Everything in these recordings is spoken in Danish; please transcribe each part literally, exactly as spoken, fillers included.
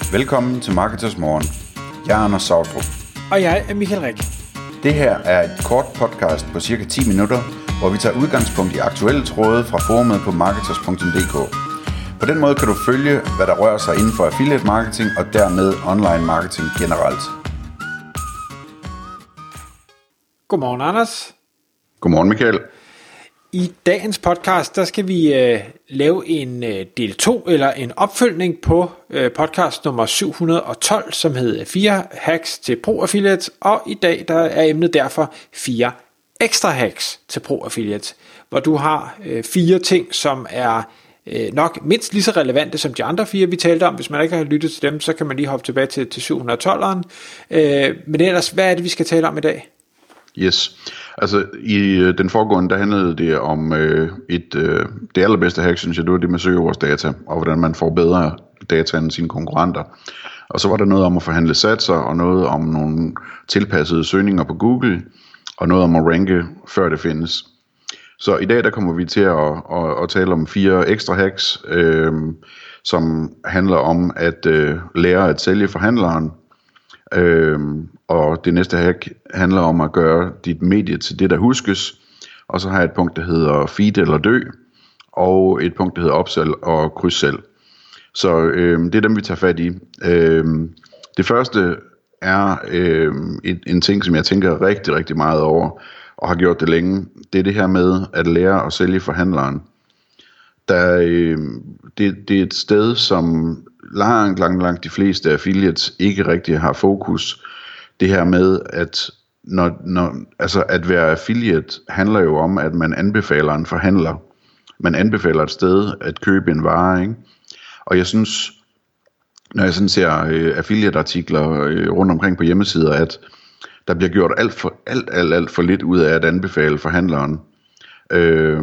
Velkommen til Marketers Morgen. Jeg er Anders Sautrup. Og jeg er Michael Rik. Det her er et kort podcast på cirka ti minutter, hvor vi tager udgangspunkt i aktuelle tråde fra forumet på marketers punktum d k. På den måde kan du følge, hvad der rører sig inden for affiliate marketing og dermed online marketing generelt. Godmorgen, Anders. Godmorgen, Michael. I dagens podcast, der skal vi øh, lave en øh, del to, eller en opfølgning på øh, podcast nummer syv hundrede og tolv, som hedder fire hacks til Pro Affiliates, og i dag der er emnet derfor fire ekstra hacks til Pro Affiliates, hvor du har øh, fire ting, som er øh, nok mindst lige så relevante som de andre fire, vi talte om. Hvis man ikke har lyttet til dem, så kan man lige hoppe tilbage til, til syv hundrede og tolveren. Øh, men ellers, hvad er det, vi skal tale om i dag? Yes, altså i øh, den foregående, der handlede det om øh, et, øh, det allerbedste hack, synes jeg, det var det med søgeordsdata, og hvordan man får bedre data end sine konkurrenter. Og så var der noget om at forhandle satser, og noget om nogle tilpassede søgninger på Google, og noget om at ranke, før det findes. Så i dag, der kommer vi til at, at, at tale om fire ekstra hacks, øh, som handler om at øh, lære at sælge forhandleren. Øhm, og det næste hack handler om at gøre dit medie til det, der huskes. Og så har jeg et punkt, der hedder feed eller dø, og et punkt, der hedder opsælg og krydssælg. Så øhm, det er dem, vi tager fat i. Øhm, det første er øhm, en, en ting, som jeg tænker rigtig, rigtig meget over, og har gjort det længe. Det er det her med at lære at sælge forhandleren. Der, øhm, det, det er et sted, som langt, langt, langt de fleste affiliates ikke rigtig har fokus. Det her med, at når, når, altså at være affiliate handler jo om, at man anbefaler en forhandler. Man anbefaler et sted at købe en vare, ikke? Og jeg synes, når jeg sådan ser øh, affiliate-artikler øh, rundt omkring på hjemmesider, at der bliver gjort alt for, alt, alt, alt for lidt ud af at anbefale forhandleren. Øh,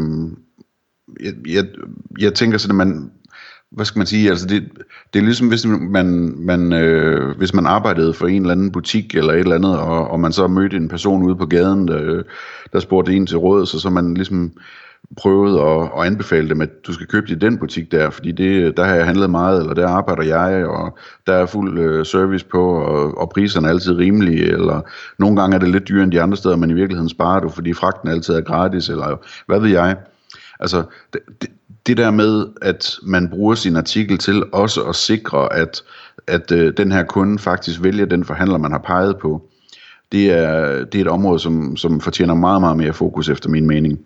jeg, jeg, jeg tænker sådan, at man... Hvad skal man sige, altså det, det er ligesom hvis man, man, øh, hvis man arbejdede for en eller anden butik eller et eller andet, og, og man så mødte en person ude på gaden, der, der spurgte en til råd, så så man ligesom prøvede at, at anbefale dem, at du skal købe det i den butik der, fordi det, der har jeg handlet meget, eller der arbejder jeg, og der er fuld øh, service på, og, og priserne er altid rimelige, eller nogle gange er det lidt dyrere end de andre steder, men i virkeligheden sparer du, fordi fragten altid er gratis, eller hvad ved jeg. Altså, det, det, det der med, at man bruger sin artikel til også at sikre, at, at øh, den her kunde faktisk vælger den forhandler, man har peget på, det er, det er et område, som, som fortjener meget, meget mere fokus efter min mening.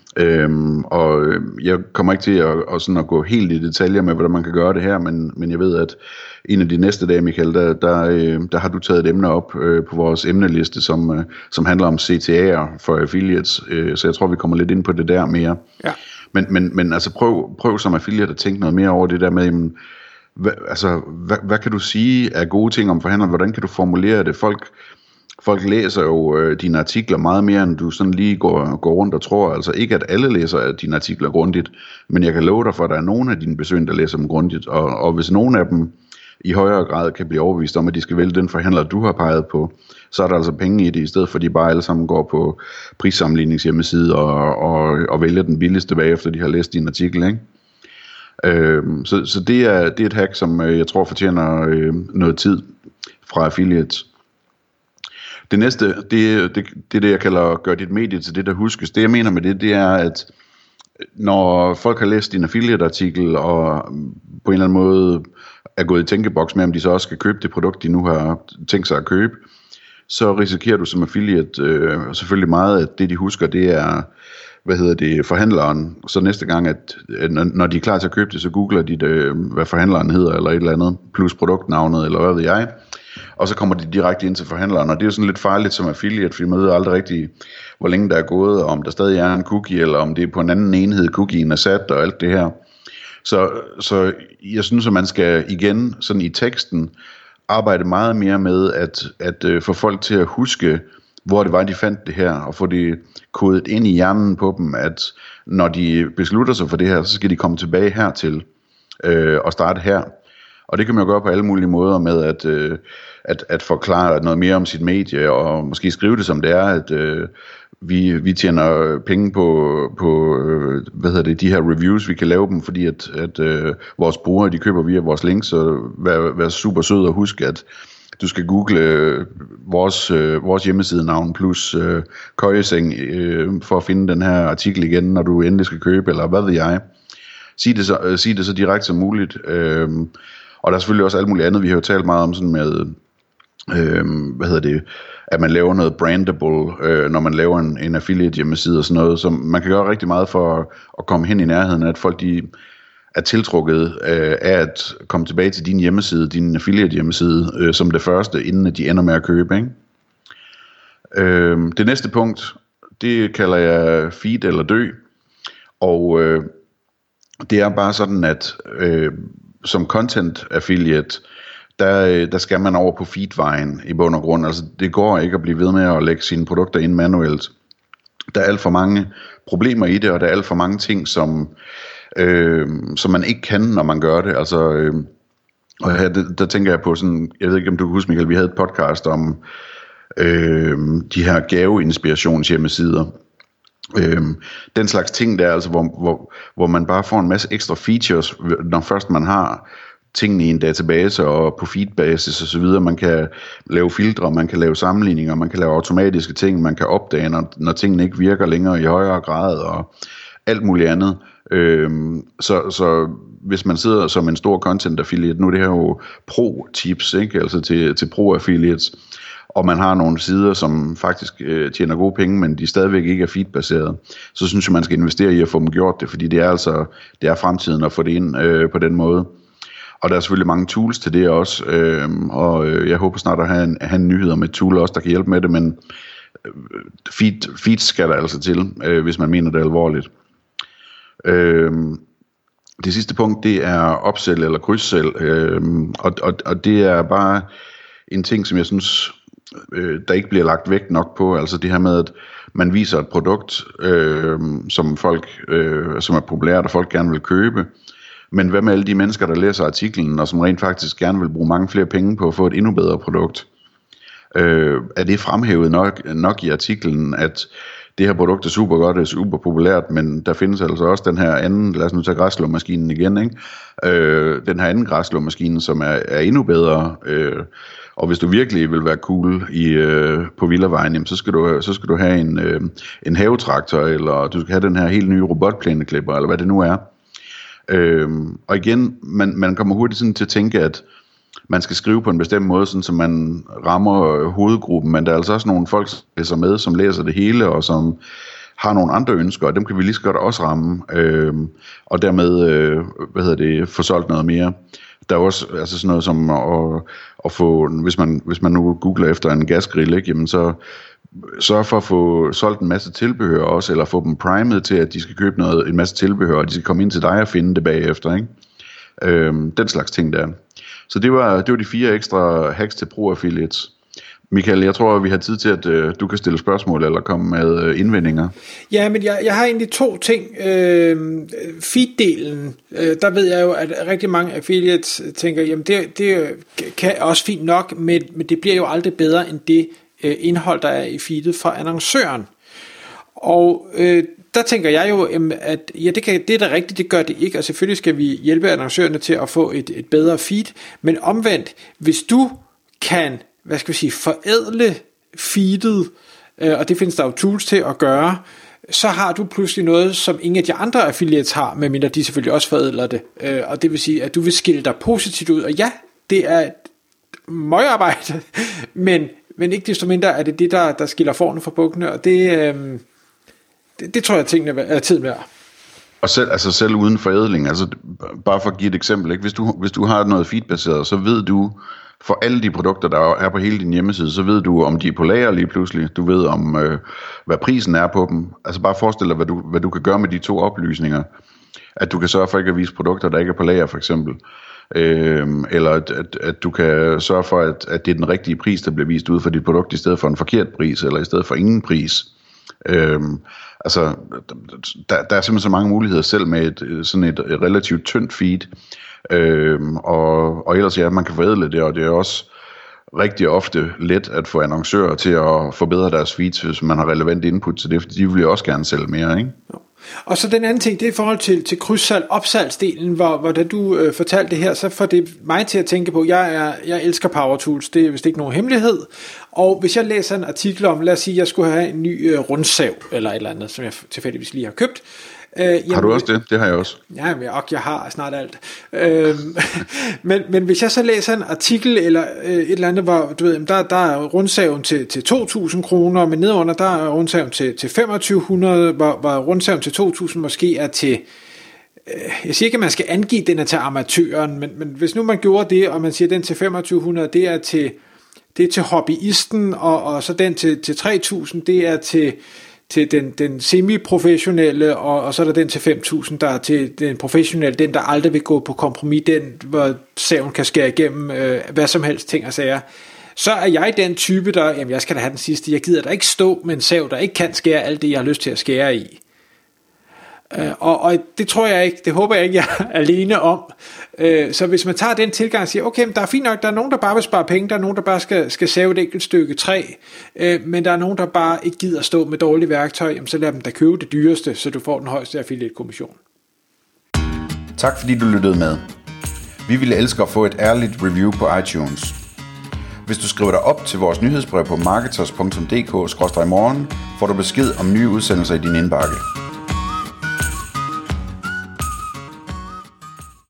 Øhm, og jeg kommer ikke til at, at, sådan at gå helt i detaljer med, hvordan man kan gøre det her, men, men jeg ved, at en af de næste dage, Michael, der, der, øh, der har du taget et emne op øh, på vores emneliste, som, øh, som handler om C T A'er for affiliates, øh, så jeg tror, vi kommer lidt ind på det der mere. Ja. Men, men, men altså prøv, prøv som affiliate at tænke noget mere over det der med, jamen, hvad, altså, hvad, hvad kan du sige af gode ting om forhandlere? Hvordan kan du formulere det? Folk, folk læser jo øh, dine artikler meget mere, end du sådan lige går, går rundt og tror. Altså ikke, at alle læser dine artikler grundigt, men jeg kan love dig for, at der er nogle af dine besøgende, der læser dem grundigt. Og, og hvis nogen af dem i højere grad kan blive overbevist om, at de skal vælge den forhandler, du har peget på, så er der altså penge i det, i stedet for at de bare alle sammen går på prissammenligningshjemmeside og, og, og vælger den billigste bagefter, de har læst din artikel, ikke? Øhm, så så det, er, det er et hack, som jeg tror fortjener øh, noget tid fra affiliates. Det næste, det, det, det er det, jeg kalder at gøre dit medie til det, der huskes. Det jeg mener med det, det er, at når folk har læst din affiliate-artikel og på en eller anden måde er gået i tænkeboks med, om de så også skal købe det produkt, de nu har tænkt sig at købe, så risikerer du som affiliate øh, selvfølgelig meget, at det de husker, det er, hvad hedder det, forhandleren. Så næste gang, at, at når de er klar til at købe det, så googler de, det, hvad forhandleren hedder, eller et eller andet, plus produktnavnet, eller hvad ved jeg. Og så kommer de direkte ind til forhandleren, og det er jo sådan lidt farligt som affiliate, for vi møder aldrig rigtig, hvor længe der er gået, og om der stadig er en cookie, eller om det er på en anden enhed, cookien er sat, og alt det her. Så, så jeg synes, at man skal igen, sådan i teksten, arbejde meget mere med at, at uh, få folk til at huske, hvor det var, de fandt det her, og få det kodet ind i hjernen på dem, at når de beslutter sig for det her, så skal de komme tilbage hertil øh, og starte her. Og det kan man jo gøre på alle mulige måder med at, øh, at, at forklare noget mere om sit medie, og måske skrive det som det er, at øh, vi, vi tjener penge på, på øh, hvad hedder det, de her reviews, vi kan lave dem, fordi at, at øh, vores brugere, de køber via vores links, så vær, vær super sød og husk, at du skal google øh, vores, øh, vores hjemmesidenavn plus øh, køjeseng øh, for at finde den her artikel igen, når du endelig skal købe, eller hvad ved jeg. Sig det så, øh, sig det så direkte som muligt. Øh, og der er selvfølgelig også alt muligt andet. Vi har jo talt meget om sådan med, øh, hvad hedder det, at man laver noget brandable, øh, når man laver en, en affiliate hjemmeside og sådan noget. Så man kan gøre rigtig meget for at, at komme hen i nærheden, at folk de er tiltrukket øh, af at komme tilbage til din hjemmeside, din affiliate hjemmeside, øh, som det første, inden de ender med at købe, ikke? Øh, det næste punkt, det kalder jeg feed eller dø, og øh, det er bare sådan, at øh, som content affiliate, der, der skal man over på feedvejen i bund og grund. Altså det går ikke at blive ved med at lægge sine produkter ind manuelt. Der er alt for mange problemer i det, og der er alt for mange ting, som Øh, som man ikke kan, når man gør det. Altså, øh, og her, der, der tænker jeg på sådan, jeg ved ikke om du kan huske, Michael, vi havde et podcast om øh, de her gaveinspirations hjemmesider. Øh, den slags ting der, altså hvor, hvor, hvor man bare får en masse ekstra features, når først man har tingene i en database og på feedbasis og så videre. Man kan lave filtre, man kan lave sammenligninger, man kan lave automatiske ting, man kan opdage, når, når tingene ikke virker længere i højere grad og alt muligt andet. Øhm, så, så hvis man sidder som en stor content affiliate, nu er det her jo pro tips, ikke? Altså til, til pro affiliates, og man har nogle sider, som faktisk øh, tjener gode penge, men de stadigvæk ikke er feedbaseret, så synes jeg, man skal investere i at få dem gjort det, fordi det er altså det er fremtiden at få det ind øh, på den måde. Og der er selvfølgelig mange tools til det også, øh, og øh, jeg håber snart at have en, have en nyhed om et tool også, der kan hjælpe med det, men øh, feed, feeds skal der altså til, øh, hvis man mener det alvorligt. Øhm, det sidste punkt, det er opsæl eller krydssæl, øhm, og, og, og det er bare en ting, som jeg synes, øh, der ikke bliver lagt vægt nok på, altså det her med, at man viser et produkt, øh, som folk, øh, som er populært, og folk gerne vil købe, men hvad med alle de mennesker, der læser artiklen, og som rent faktisk gerne vil bruge mange flere penge på at få et endnu bedre produkt? Øh, er det fremhævet nok, nok i artiklen, at det her produkt er super godt, det er super populært, men der findes altså også den her anden, lad os nu tage græsslåmaskinen igen, ikke? Øh, den her anden græsslåmaskine, som er, er endnu bedre, øh, og hvis du virkelig vil være cool i, øh, på Villavejen, jamen, så, skal du, så skal du have en, øh, en havetraktor, eller du skal have den her helt nye robotplæneklipper, eller hvad det nu er. Øh, og igen, man, man kommer hurtigt sådan til at tænke, at man skal skrive på en bestemt måde, sådan, så man rammer hovedgruppen, men der er altså også nogle folk, som læser med, som læser det hele, og som har nogle andre ønsker, og dem kan vi lige så godt også ramme, øh, og dermed øh, hvad hedder det, få solgt noget mere. Der er også altså sådan noget som at, at få, hvis man, hvis man nu googler efter en gasgrill, ikke, jamen så sørg for at få solgt en masse tilbehør også, eller få dem primet til, at de skal købe noget, en masse tilbehør, og de skal komme ind til dig og finde det bagefter, ikke? Øh, den slags ting der. Så det var, det var de fire ekstra hacks til pro-affiliates. Michael, jeg tror, vi har tid til, at øh, du kan stille spørgsmål eller komme med øh, indvendinger. Ja, men jeg, jeg har egentlig to ting. Øh, feed-delen, øh, der ved jeg jo, at rigtig mange affiliates tænker, jamen det, det kan også fint nok, men, men det bliver jo aldrig bedre end det øh, indhold, der er i feedet fra annoncøren. Og øh, der tænker jeg jo, at ja, det, kan, det er da rigtigt, det gør det ikke, og selvfølgelig skal vi hjælpe annoncørerne til at få et, et bedre feed, men omvendt, hvis du kan, hvad skal vi sige, forædle feedet, øh, og det findes der jo tools til at gøre, så har du pludselig noget, som ingen af de andre affiliates har, medmindre de selvfølgelig også forædler det, øh, og det vil sige, at du vil skille dig positivt ud, og ja, det er et møgarbejde, men, men ikke desto mindre er det det, der, der skiller forne fra bukkene, og det... Øh, Det, det tror jeg, tingene er tiden værd. Og selv, altså selv uden forædling, altså bare for at give et eksempel, ikke? Hvis du, hvis du har noget feedbaseret, så ved du, for alle de produkter, der er på hele din hjemmeside, så ved du, om de er på lager lige pludselig. Du ved, om øh, hvad prisen er på dem. Altså bare forestil dig, hvad du, hvad du kan gøre med de to oplysninger. At du kan sørge for ikke at vise produkter, der ikke er på lager, for eksempel. Øh, eller at, at, at du kan sørge for, at, at det er den rigtige pris, der bliver vist ud for dit produkt, i stedet for en forkert pris, eller i stedet for ingen pris. Øhm, altså der, der er simpelthen så mange muligheder selv med et, sådan et relativt tyndt feed, Øhm, og, og ellers ja, man kan forædle det, og det er også rigtig ofte let at få annoncører til at forbedre deres feeds, hvis man har relevant input til det, for de vil jo også gerne sælge mere, ikke? Og så den anden ting, det er i forhold til, til krydssalg, opsalgsdelen, hvor, hvor da du øh, fortalte det her, så får det mig til at tænke på, jeg er, jeg elsker Power Tools, det er vist ikke nogen hemmelighed, og hvis jeg læser en artikel om, lad os sige, jeg skulle have en ny øh, rundsav, eller et eller andet, som jeg tilfældigvis lige har købt. Øh, jamen, har du også det? Det har jeg også. Ja, men jeg, jeg har snart alt. Øh, men, men hvis jeg så læser en artikel, eller øh, et eller andet, hvor du ved, der, der er rundsaven til, til to tusind kroner, men nedenunder, der er rundsaven til, til femogtyve hundrede, hvor, hvor rundsaven til to tusind måske er til, øh, jeg siger ikke, at man skal angive, den er til amatøren, men, men hvis nu man gjorde det, og man siger, at den til femogtyve hundrede, det er til, det er til hobbyisten, og, og så den til, til tre tusind, det er til til den, den semi-professionelle, og, og så er der den til fem tusind, der er til den professionelle, den der aldrig vil gå på kompromis, den hvor saven kan skære igennem øh, hvad som helst ting og sager. Så er jeg den type, der, jamen jeg skal da have den sidste, jeg gider da ikke stå med en sav, der ikke kan skære alt det, jeg har lyst til at skære i. Uh, og, og det tror jeg ikke, det håber jeg ikke, jeg er alene om. Uh, så hvis man tager den tilgang og siger, okay, men der er fint nok, der er nogen, der bare vil spare penge, der er nogen, der bare skal, skal save et enkelt stykke træ, uh, men der er nogen, der bare ikke gider stå med dårlige værktøj, jamen, så lad dem da købe det dyreste, så du får den højeste affiliate-kommission. Tak fordi du lyttede med. Vi ville elske at få et ærligt review på iTunes. Hvis du skriver dig op til vores nyhedsbrev på marketers punktum d k skråstreg morgen, får du besked om nye udsendelser i din indbakke.